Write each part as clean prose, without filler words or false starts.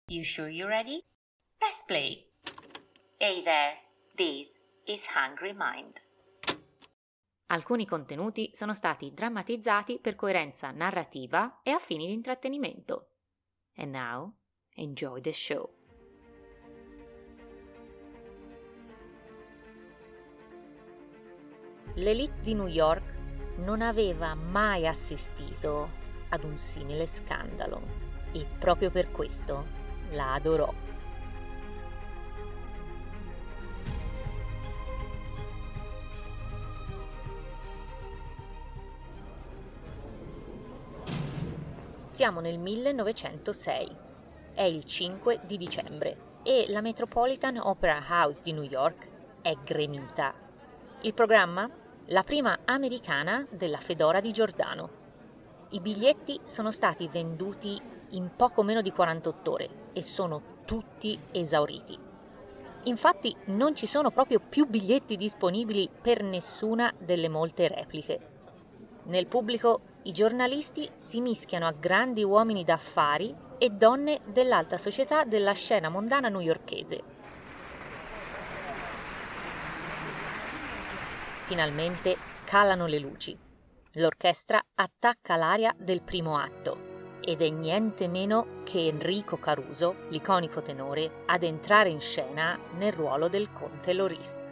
You sure you're ready? Press play. Hey there, this is Hungry Mind. Alcuni contenuti sono stati drammatizzati per coerenza narrativa e a fini di intrattenimento. And now, enjoy the show. L'élite di New York non aveva mai assistito ad un simile scandalo e proprio per questo la adorò. Siamo nel 1906, è il 5 di dicembre e la Metropolitan Opera House di New York è gremita. Il programma? La prima americana della Fedora di Giordano. I biglietti sono stati venduti in poco meno di 48 ore e sono tutti esauriti. Infatti non ci sono proprio più biglietti disponibili per nessuna delle molte repliche. Nel pubblico i giornalisti si mischiano a grandi uomini d'affari e donne dell'alta società della scena mondana newyorkese. Finalmente calano le luci. L'orchestra attacca l'aria del primo atto ed è niente meno che Enrico Caruso, l'iconico tenore, ad entrare in scena nel ruolo del conte Loris.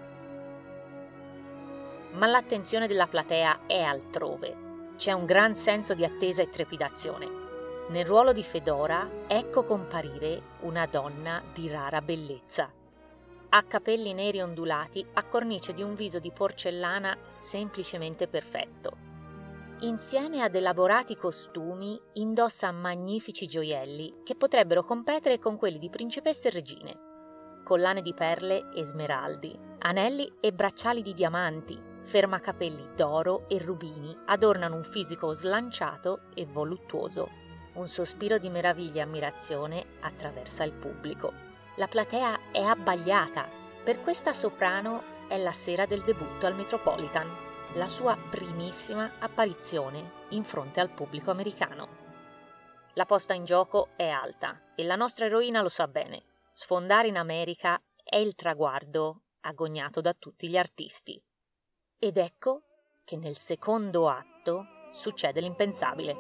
Ma l'attenzione della platea è altrove. C'è un gran senso di attesa e trepidazione. Nel ruolo di Fedora ecco comparire una donna di rara bellezza. Ha capelli neri ondulati a cornice di un viso di porcellana semplicemente perfetto. Insieme ad elaborati costumi indossa magnifici gioielli che potrebbero competere con quelli di principesse e regine. Collane di perle e smeraldi, anelli e bracciali di diamanti, fermacapelli d'oro e rubini adornano un fisico slanciato e voluttuoso. Un sospiro di meraviglia e ammirazione attraversa il pubblico. La platea è abbagliata. Per questa soprano è la sera del debutto al Metropolitan, la sua primissima apparizione in fronte al pubblico americano. La posta in gioco è alta e la nostra eroina lo sa bene. Sfondare in America è il traguardo agognato da tutti gli artisti. Ed ecco che nel secondo atto succede l'impensabile.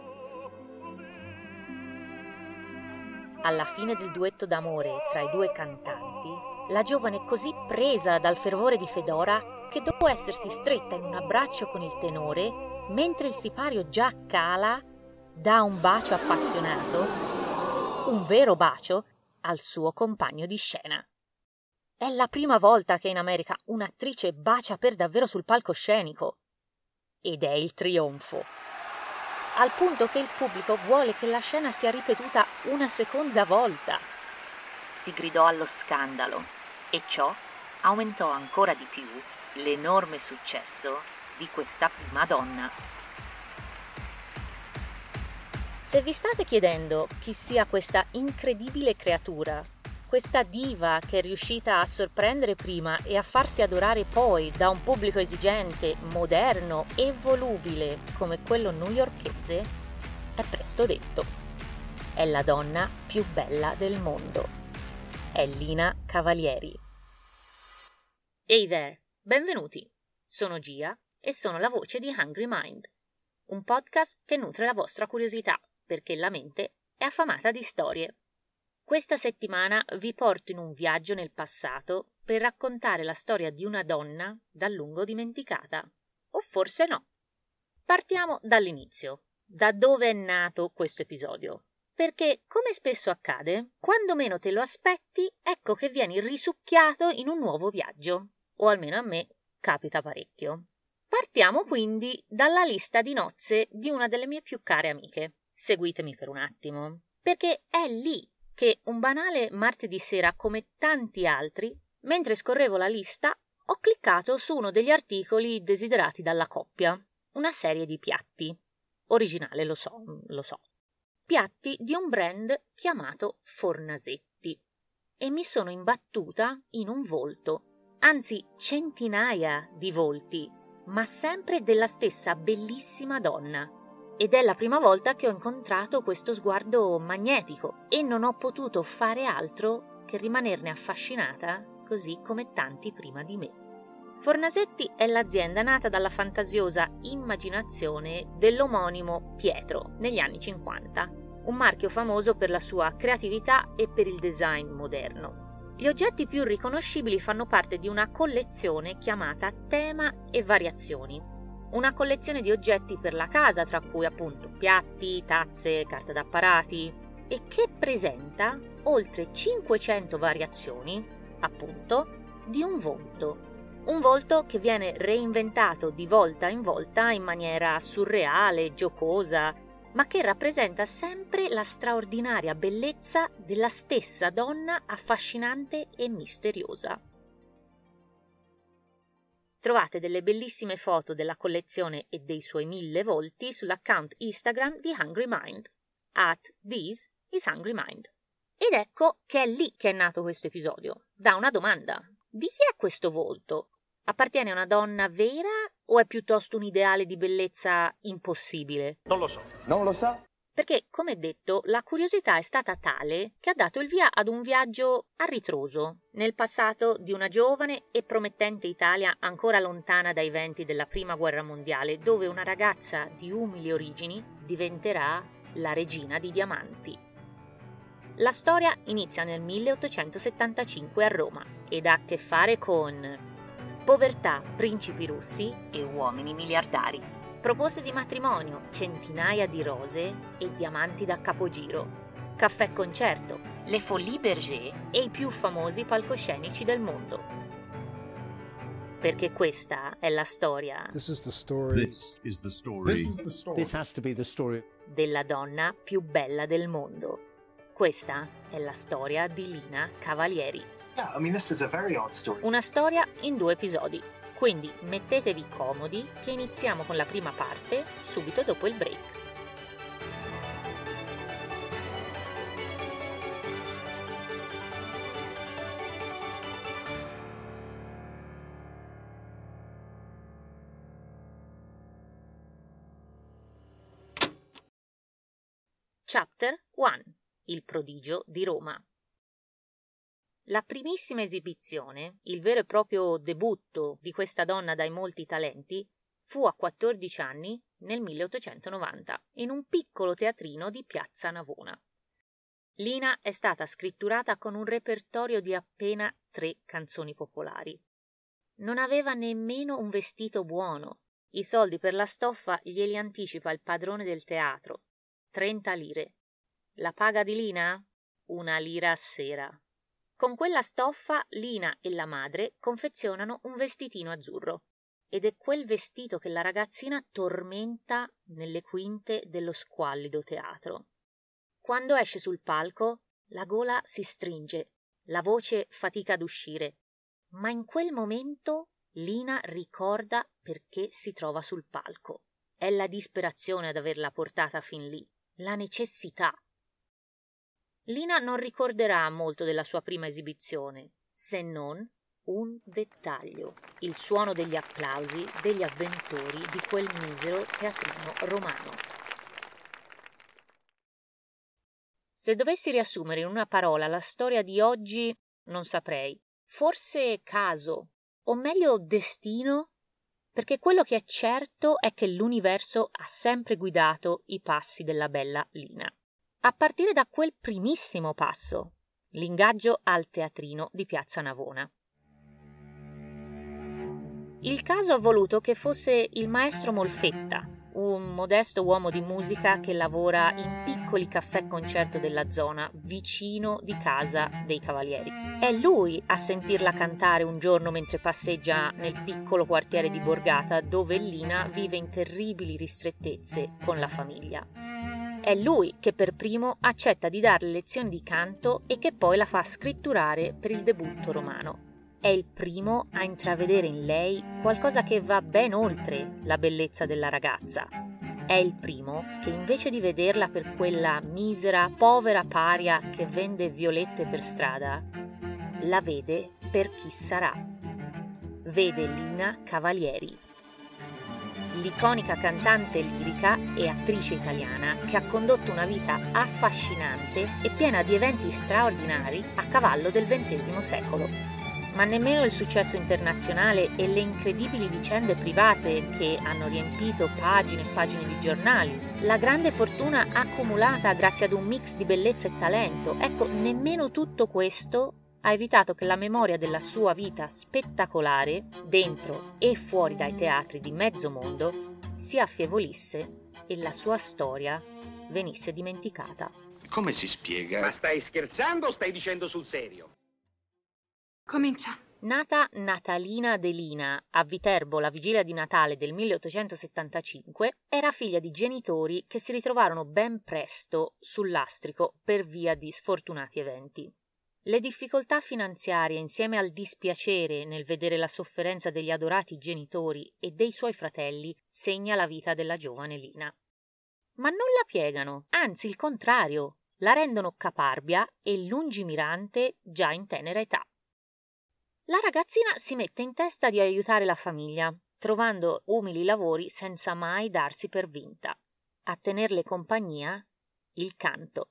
Alla fine del duetto d'amore tra i due cantanti, la giovane è così presa dal fervore di Fedora che dopo essersi stretta in un abbraccio con il tenore, mentre il sipario già cala, dà un bacio appassionato, un vero bacio, al suo compagno di scena. È la prima volta che in America un'attrice bacia per davvero sul palcoscenico. Ed è il trionfo. Al punto che il pubblico vuole che la scena sia ripetuta una seconda volta. Si gridò allo scandalo e ciò aumentò ancora di più l'enorme successo di questa prima donna. Se vi state chiedendo chi sia questa incredibile creatura, questa diva che è riuscita a sorprendere prima e a farsi adorare poi da un pubblico esigente, moderno e volubile come quello newyorkese, è presto detto. È la donna più bella del mondo. È Lina Cavalieri. Hey there, benvenuti. Sono Gia e sono la voce di Hungry Mind, un podcast che nutre la vostra curiosità perché la mente è affamata di storie. Questa settimana vi porto in un viaggio nel passato per raccontare la storia di una donna da lungo dimenticata. O forse no. Partiamo dall'inizio, da dove è nato questo episodio. Perché, come spesso accade, quando meno te lo aspetti, ecco che vieni risucchiato in un nuovo viaggio. O almeno a me capita parecchio. Partiamo quindi dalla lista di nozze di una delle mie più care amiche. Seguitemi per un attimo, perché è lì che un banale martedì sera come tanti altri, mentre scorrevo la lista, ho cliccato su uno degli articoli desiderati dalla coppia, una serie di piatti. Originale, lo so. Piatti di un brand chiamato Fornasetti. E mi sono imbattuta in un volto, anzi centinaia di volti, ma sempre della stessa bellissima donna. ed è la prima volta che ho incontrato questo sguardo magnetico e non ho potuto fare altro che rimanerne affascinata, così come tanti prima di me. Fornasetti è l'azienda nata dalla fantasiosa immaginazione dell'omonimo Pietro negli anni 50, un marchio famoso per la sua creatività e per il design moderno. Gli oggetti più riconoscibili fanno parte di una collezione chiamata Tema e Variazioni, una collezione di oggetti per la casa, tra cui appunto piatti, tazze, carta d'apparati, e che presenta oltre 500 variazioni, appunto, di un volto. Un volto che viene reinventato di volta in volta in maniera surreale, giocosa, ma che rappresenta sempre la straordinaria bellezza della stessa donna affascinante e misteriosa. Trovate delle bellissime foto della collezione e dei suoi 1000 volti sull'account Instagram di Hungry Mind, @ThisIsHungryMind. Ed ecco che è lì che è nato questo episodio, da una domanda. Di chi è questo volto? Appartiene a una donna vera o è piuttosto un ideale di bellezza impossibile? Non lo so. Non lo sa? Perché, come detto, la curiosità è stata tale che ha dato il via ad un viaggio a ritroso nel passato di una giovane e promettente Italia ancora lontana dai venti della Prima Guerra Mondiale, dove una ragazza di umili origini diventerà la regina di diamanti. La storia inizia nel 1875 a Roma ed ha a che fare con povertà, principi russi e uomini miliardari, proposte di matrimonio, centinaia di rose e diamanti da capogiro, caffè concerto, le Folies Bergère e i più famosi palcoscenici del mondo. Perché questa è la storia This is the story. This is the story. This is the story. This has to be the story. della donna più bella del mondo. Questa è la storia di Lina Cavalieri. Yeah, I mean, this is a very odd story. Una storia in 2 episodi, quindi mettetevi comodi che iniziamo con la prima parte subito dopo il break. Chapter 1. Il prodigio di Roma. La primissima esibizione, il vero e proprio debutto di questa donna dai molti talenti, fu a 14 anni nel 1890 in un piccolo teatrino di Piazza Navona. Lina è stata scritturata con un repertorio di appena 3 canzoni popolari. Non aveva nemmeno un vestito buono. I soldi per la stoffa glieli anticipa il padrone del teatro. 30 lire. La paga di Lina? 1 lira a sera. Con quella stoffa Lina e la madre confezionano un vestitino azzurro. Ed è quel vestito che la ragazzina tormenta nelle quinte dello squallido teatro. Quando esce sul palco, la gola si stringe, la voce fatica ad uscire, ma in quel momento Lina ricorda perché si trova sul palco. È la disperazione ad averla portata fin lì, la necessità. Lina non ricorderà molto della sua prima esibizione, se non un dettaglio, il suono degli applausi degli avventori di quel misero teatrino romano. Se dovessi riassumere in una parola la storia di oggi, non saprei. Forse caso, o meglio destino, perché quello che è certo è che l'universo ha sempre guidato i passi della bella Lina. A partire da quel primissimo passo, l'ingaggio al teatrino di Piazza Navona. Il caso ha voluto che fosse il maestro Molfetta, un modesto uomo di musica che lavora in piccoli caffè concerto della zona vicino di casa dei Cavalieri. È lui a sentirla cantare un giorno mentre passeggia nel piccolo quartiere di Borgata dove Lina vive in terribili ristrettezze con la famiglia. È lui che per primo accetta di darle lezioni di canto e che poi la fa scritturare per il debutto romano. È il primo a intravedere in lei qualcosa che va ben oltre la bellezza della ragazza. È il primo che invece di vederla per quella misera, povera paria che vende violette per strada, la vede per chi sarà. Vede Lina Cavalieri. l'iconica cantante lirica e attrice italiana che ha condotto una vita affascinante e piena di eventi straordinari a cavallo del XX secolo. Ma nemmeno il successo internazionale e le incredibili vicende private che hanno riempito pagine e pagine di giornali, la grande fortuna accumulata grazie ad un mix di bellezza e talento, ecco, nemmeno tutto questo ha evitato che la memoria della sua vita spettacolare, dentro e fuori dai teatri di mezzo mondo, si affievolisse e la sua storia venisse dimenticata. Come si spiega? Ma stai scherzando o stai dicendo sul serio? Comincia. Nata Natalina Delina a Viterbo la vigilia di Natale del 1875, era figlia di genitori che si ritrovarono ben presto sul lastrico per via di sfortunati eventi. Le difficoltà finanziarie insieme al dispiacere nel vedere la sofferenza degli adorati genitori e dei suoi fratelli segna la vita della giovane Lina. Ma non la piegano, anzi il contrario, la rendono caparbia e lungimirante già in tenera età. La ragazzina si mette in testa di aiutare la famiglia, trovando umili lavori senza mai darsi per vinta. A tenerle compagnia, il canto.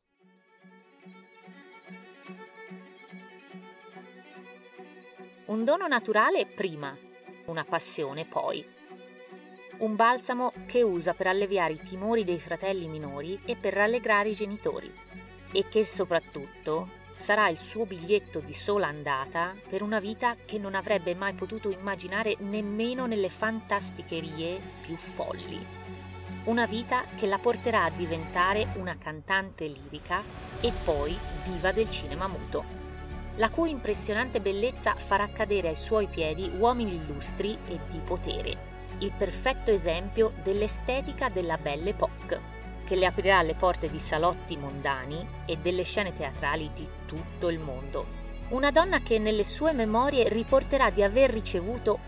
Un dono naturale prima, una passione poi. Un balsamo che usa per alleviare i timori dei fratelli minori e per rallegrare i genitori. E che soprattutto sarà il suo biglietto di sola andata per una vita che non avrebbe mai potuto immaginare nemmeno nelle fantasticherie più folli. Una vita che la porterà a diventare una cantante lirica e poi diva del cinema muto, la cui impressionante bellezza farà cadere ai suoi piedi uomini illustri e di potere, il perfetto esempio dell'estetica della Belle Époque, che le aprirà le porte di salotti mondani e delle scene teatrali di tutto il mondo. Una donna che nelle sue memorie riporterà di aver ricevuto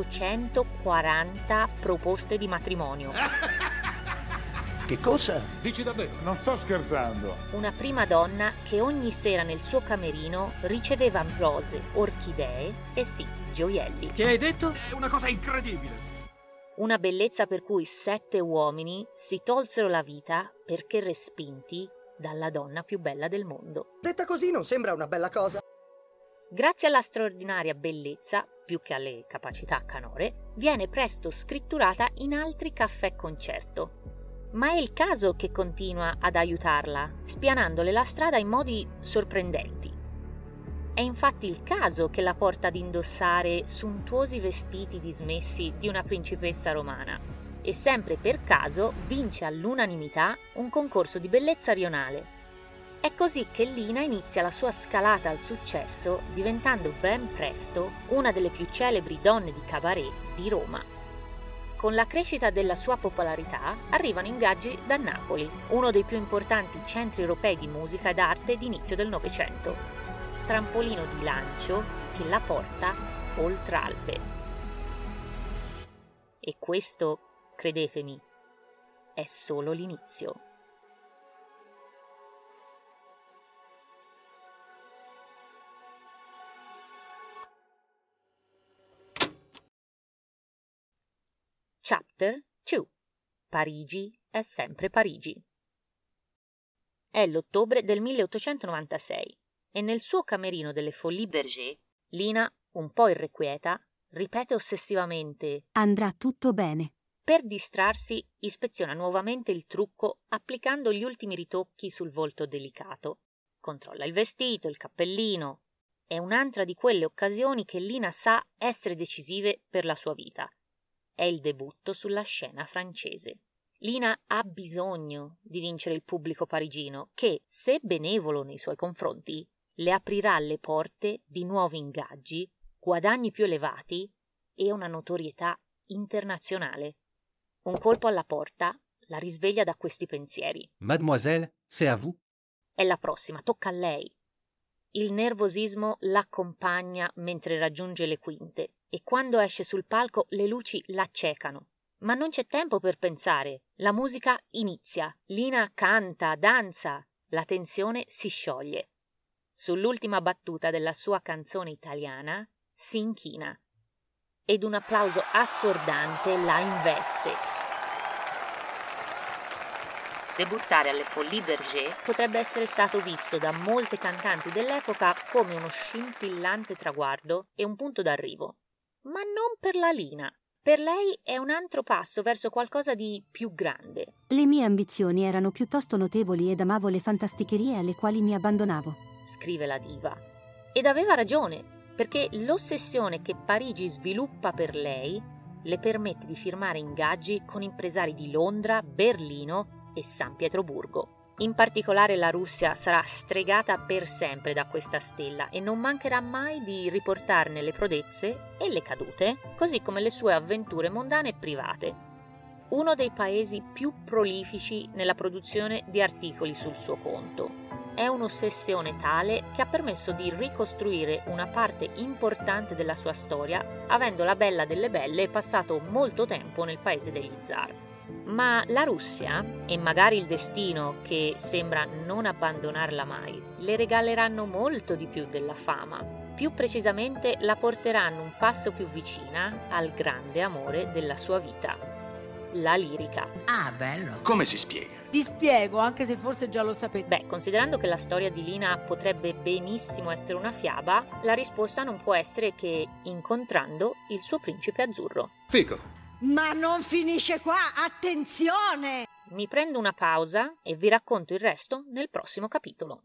840 proposte di matrimonio. Che cosa? Dici davvero? Non sto scherzando. Una prima donna che ogni sera nel suo camerino riceveva rose, orchidee e sì, gioielli. Che hai detto? È una cosa incredibile. Una bellezza per cui 7 uomini si tolsero la vita perché respinti dalla donna più bella del mondo. Detta così non sembra una bella cosa. Grazie alla straordinaria bellezza, più che alle capacità canore, viene presto scritturata in altri caffè-concerto. Ma è il caso che continua ad aiutarla, spianandole la strada in modi sorprendenti. È infatti il caso che la porta ad indossare sontuosi vestiti dismessi di una principessa romana e sempre per caso vince all'unanimità un concorso di bellezza rionale. È così che Lina inizia la sua scalata al successo diventando ben presto una delle più celebri donne di cabaret di Roma. Con la crescita della sua popolarità arrivano ingaggi da Napoli, uno dei più importanti centri europei di musica ed arte d'inizio del Novecento. Trampolino di lancio che la porta oltre Alpe. E questo, credetemi, è solo l'inizio. Chapter 2. Parigi è sempre Parigi. È l'ottobre del 1896. E nel suo camerino delle Folies Bergère, Lina, un po' irrequieta, ripete ossessivamente Andrà tutto bene. Per distrarsi, ispeziona nuovamente il trucco applicando gli ultimi ritocchi sul volto delicato. Controlla il vestito, il cappellino. È un'altra di quelle occasioni che Lina sa essere decisive per la sua vita. È il debutto sulla scena francese. Lina ha bisogno di vincere il pubblico parigino che, se benevolo nei suoi confronti, le aprirà le porte di nuovi ingaggi, guadagni più elevati e una notorietà internazionale. Un colpo alla porta la risveglia da questi pensieri. Mademoiselle, c'est à vous? È la prossima, tocca a lei. Il nervosismo l'accompagna mentre raggiunge le quinte e quando esce sul palco le luci l'accecano. Ma non c'è tempo per pensare. La musica inizia. Lina canta, danza. La tensione si scioglie. Sull'ultima battuta della sua canzone italiana si inchina. ed un applauso assordante la investe. Debuttare alle Folies Bergère potrebbe essere stato visto da molte cantanti dell'epoca come uno scintillante traguardo e un punto d'arrivo. Ma non per la Lina. Per lei è un altro passo verso qualcosa di più grande. Le mie ambizioni erano piuttosto notevoli ed amavo le fantasticherie alle quali mi abbandonavo, scrive la diva. Ed aveva ragione, perché l'ossessione che Parigi sviluppa per lei le permette di firmare ingaggi con impresari di Londra, Berlino e San Pietroburgo. In particolare la Russia sarà stregata per sempre da questa stella e non mancherà mai di riportarne le prodezze e le cadute, così come le sue avventure mondane e private. Uno dei paesi più prolifici nella produzione di articoli sul suo conto. È un'ossessione tale che ha permesso di ricostruire una parte importante della sua storia, avendo la bella delle belle passato molto tempo nel paese degli zar. Ma la Russia, e magari il destino che sembra non abbandonarla mai, le regaleranno molto di più della fama. Più precisamente la porteranno un passo più vicina al grande amore della sua vita, la lirica. Ah, bello! Come si spiega? Ti spiego, anche se forse già lo sapete. Beh, considerando che la storia di Lina potrebbe benissimo essere una fiaba, la risposta non può essere che incontrando il suo principe azzurro. Fico. Ma non finisce qua, attenzione! Mi prendo una pausa e vi racconto il resto nel prossimo capitolo.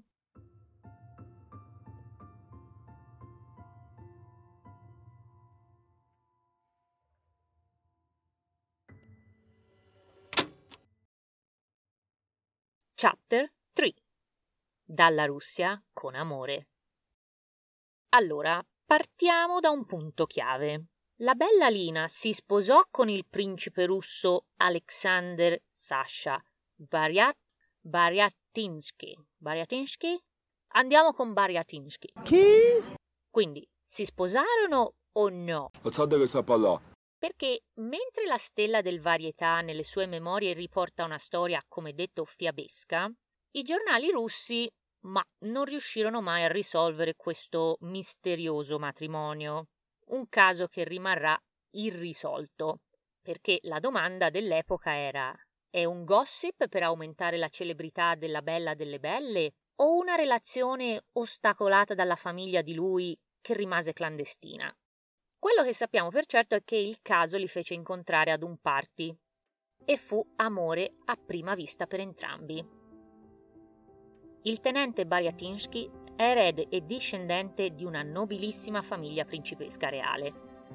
Chapter 3. Dalla Russia con amore. Allora, partiamo da un punto chiave. La bella Lina si sposò con il principe russo Alexander Sasha Bariatinsky. Andiamo con Bariatinsky. Chi? Quindi, si sposarono o no? Perché mentre la stella del Varietà nelle sue memorie riporta una storia come detto fiabesca, i giornali russi non riuscirono mai a risolvere questo misterioso matrimonio. Un caso che rimarrà irrisolto, perché la domanda dell'epoca era: è un gossip per aumentare la celebrità della bella delle belle o una relazione ostacolata dalla famiglia di lui che rimase clandestina? Quello che sappiamo per certo è che il caso li fece incontrare ad un party e fu amore a prima vista per entrambi. Il tenente Bariatinsky è erede e discendente di una nobilissima famiglia principesca reale.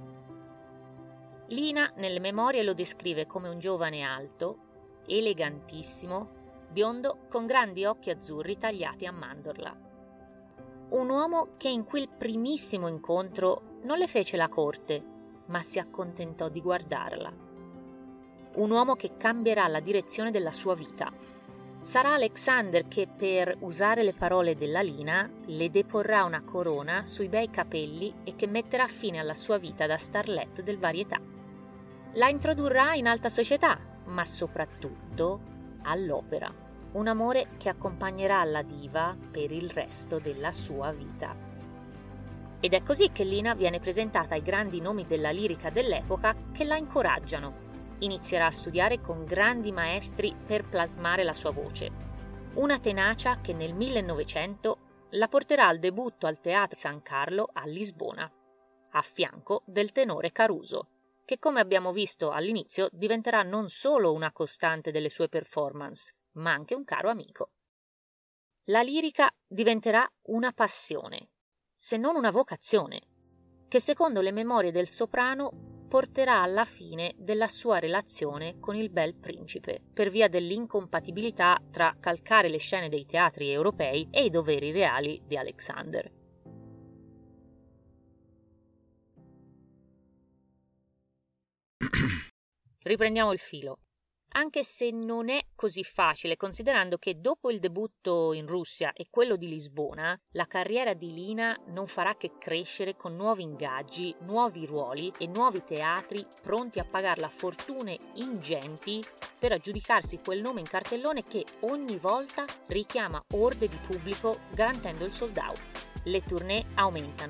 Lina nelle memorie lo descrive come un giovane alto, elegantissimo, biondo con grandi occhi azzurri tagliati a mandorla. Un uomo che in quel primissimo incontro non le fece la corte, ma si accontentò di guardarla. Un uomo che cambierà la direzione della sua vita. Sarà Alexander che, per usare le parole della Lina, le deporrà una corona sui bei capelli e che metterà fine alla sua vita da starlet del Varietà. La introdurrà in alta società, ma soprattutto all'opera. Un amore che accompagnerà la diva per il resto della sua vita. Ed è così che Lina viene presentata ai grandi nomi della lirica dell'epoca che la incoraggiano. Inizierà a studiare con grandi maestri per plasmare la sua voce. Una tenacia che nel 1900 la porterà al debutto al Teatro San Carlo a Lisbona, a fianco del tenore Caruso, che come abbiamo visto all'inizio diventerà non solo una costante delle sue performance, ma anche un caro amico. La lirica diventerà una passione, se non una vocazione, che secondo le memorie del soprano porterà alla fine della sua relazione con il bel principe, per via dell'incompatibilità tra calcare le scene dei teatri europei e i doveri reali di Alexander. Riprendiamo il filo. Anche se non è così facile, considerando che dopo il debutto in Russia e quello di Lisbona, la carriera di Lina non farà che crescere con nuovi ingaggi, nuovi ruoli e nuovi teatri pronti a pagarla fortune ingenti per aggiudicarsi quel nome in cartellone che ogni volta richiama orde di pubblico garantendo il sold out. Le tournée aumentano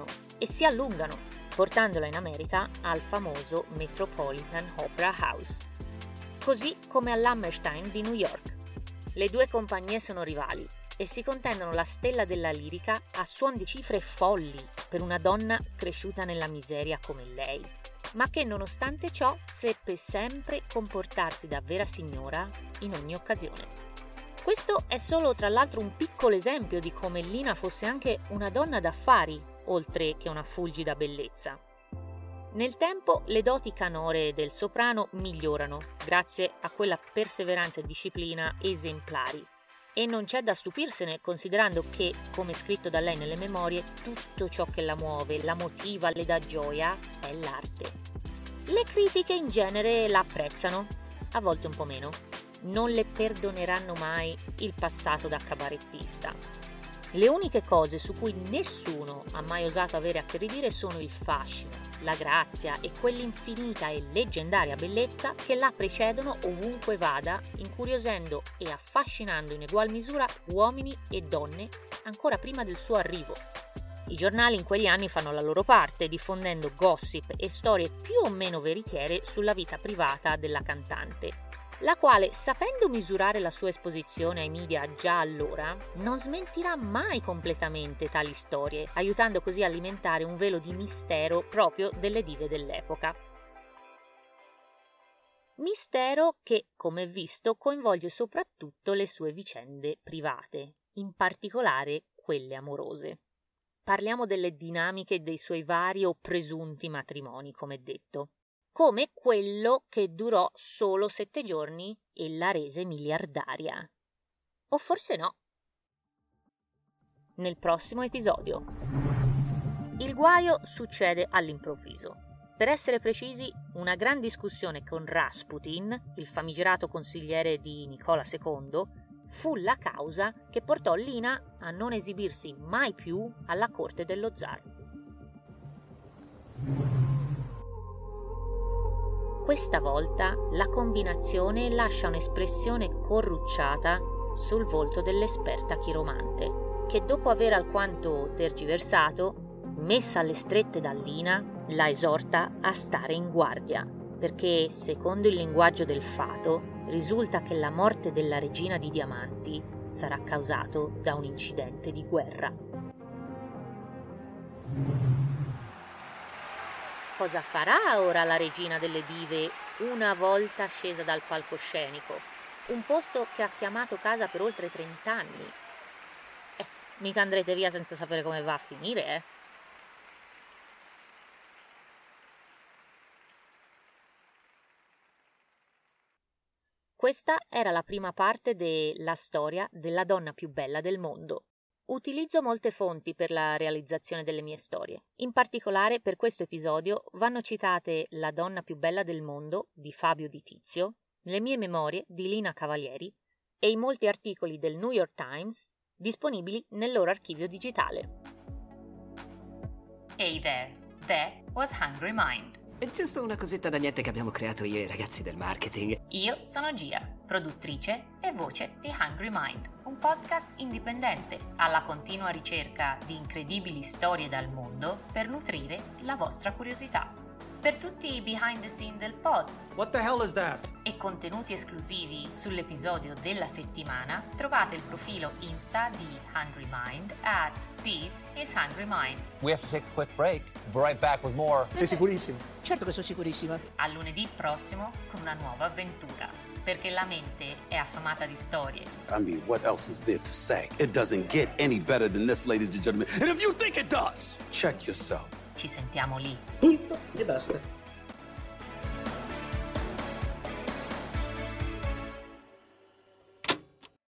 e si allungano, portandola in America al famoso Metropolitan Opera House, così come all'Hammerstein di New York. Le due compagnie sono rivali e si contendono la stella della lirica a suon di cifre folli per una donna cresciuta nella miseria come lei, ma che nonostante ciò seppe sempre comportarsi da vera signora in ogni occasione. Questo è solo tra l'altro un piccolo esempio di come Lina fosse anche una donna d'affari, oltre che una fulgida bellezza. Nel tempo le doti canore del soprano migliorano, grazie a quella perseveranza e disciplina esemplari. E non c'è da stupirsene, considerando che, come scritto da lei nelle memorie, tutto ciò che la muove, la motiva, le dà gioia, è l'arte. Le critiche in genere la apprezzano, a volte un po' meno. Non le perdoneranno mai il passato da cabarettista. Le uniche cose su cui nessuno ha mai osato avere a che ridire sono il fascino, la grazia e quell'infinita e leggendaria bellezza che la precedono ovunque vada, incuriosendo e affascinando in egual misura uomini e donne ancora prima del suo arrivo. I giornali in quegli anni fanno la loro parte, diffondendo gossip e storie più o meno veritiere sulla vita privata della cantante, la quale, sapendo misurare la sua esposizione ai media già allora, non smentirà mai completamente tali storie, aiutando così a alimentare un velo di mistero proprio delle dive dell'epoca. Mistero che, come visto, coinvolge soprattutto le sue vicende private, in particolare quelle amorose. Parliamo delle dinamiche dei suoi vari o presunti matrimoni, come detto, come quello che durò solo 7 giorni e la rese miliardaria. O forse no. Nel prossimo episodio. Il guaio succede all'improvviso. Per essere precisi, una gran discussione con Rasputin, il famigerato consigliere di Nicola II, fu la causa che portò Lina a non esibirsi mai più alla corte dello zar. Questa volta la combinazione lascia un'espressione corrucciata sul volto dell'esperta chiromante, che dopo aver alquanto tergiversato, messa alle strette da Lina, la esorta a stare in guardia, perché, secondo il linguaggio del fato, risulta che la morte della regina di diamanti sarà causato da un incidente di guerra. Cosa farà ora la regina delle dive una volta scesa dal palcoscenico? Un posto che ha chiamato casa per oltre 30 anni. Mica andrete via senza sapere come va a finire, eh? Questa era la prima parte della storia della donna più bella del mondo. Utilizzo molte fonti per la realizzazione delle mie storie. In particolare per questo episodio vanno citate La donna più bella del mondo di Fabio Di Tizio, le mie memorie di Lina Cavalieri e i molti articoli del New York Times disponibili nel loro archivio digitale. Hey there, that was Hungry Mind. È giusto una cosetta da niente che abbiamo creato io e i ragazzi del marketing. Io sono Gia, produttrice e voce di Hungry Mind, un podcast indipendente alla continua ricerca di incredibili storie dal mondo per nutrire la vostra curiosità. Per tutti i behind the scene del pod, What the hell is that? e contenuti esclusivi sull'episodio della settimana, trovate il profilo Insta di Hungry Mind at This is Hungry Mind. We have to take a quick break. We're right back with more. Sei sicurissimo? Certo che sono sicurissima. A lunedì prossimo con una nuova avventura, perché la mente è affamata di storie. I mean, what else is there to say? It doesn't get any better than this, ladies and gentlemen. And if you think it does, check yourself. Ci sentiamo lì. Punto e basta.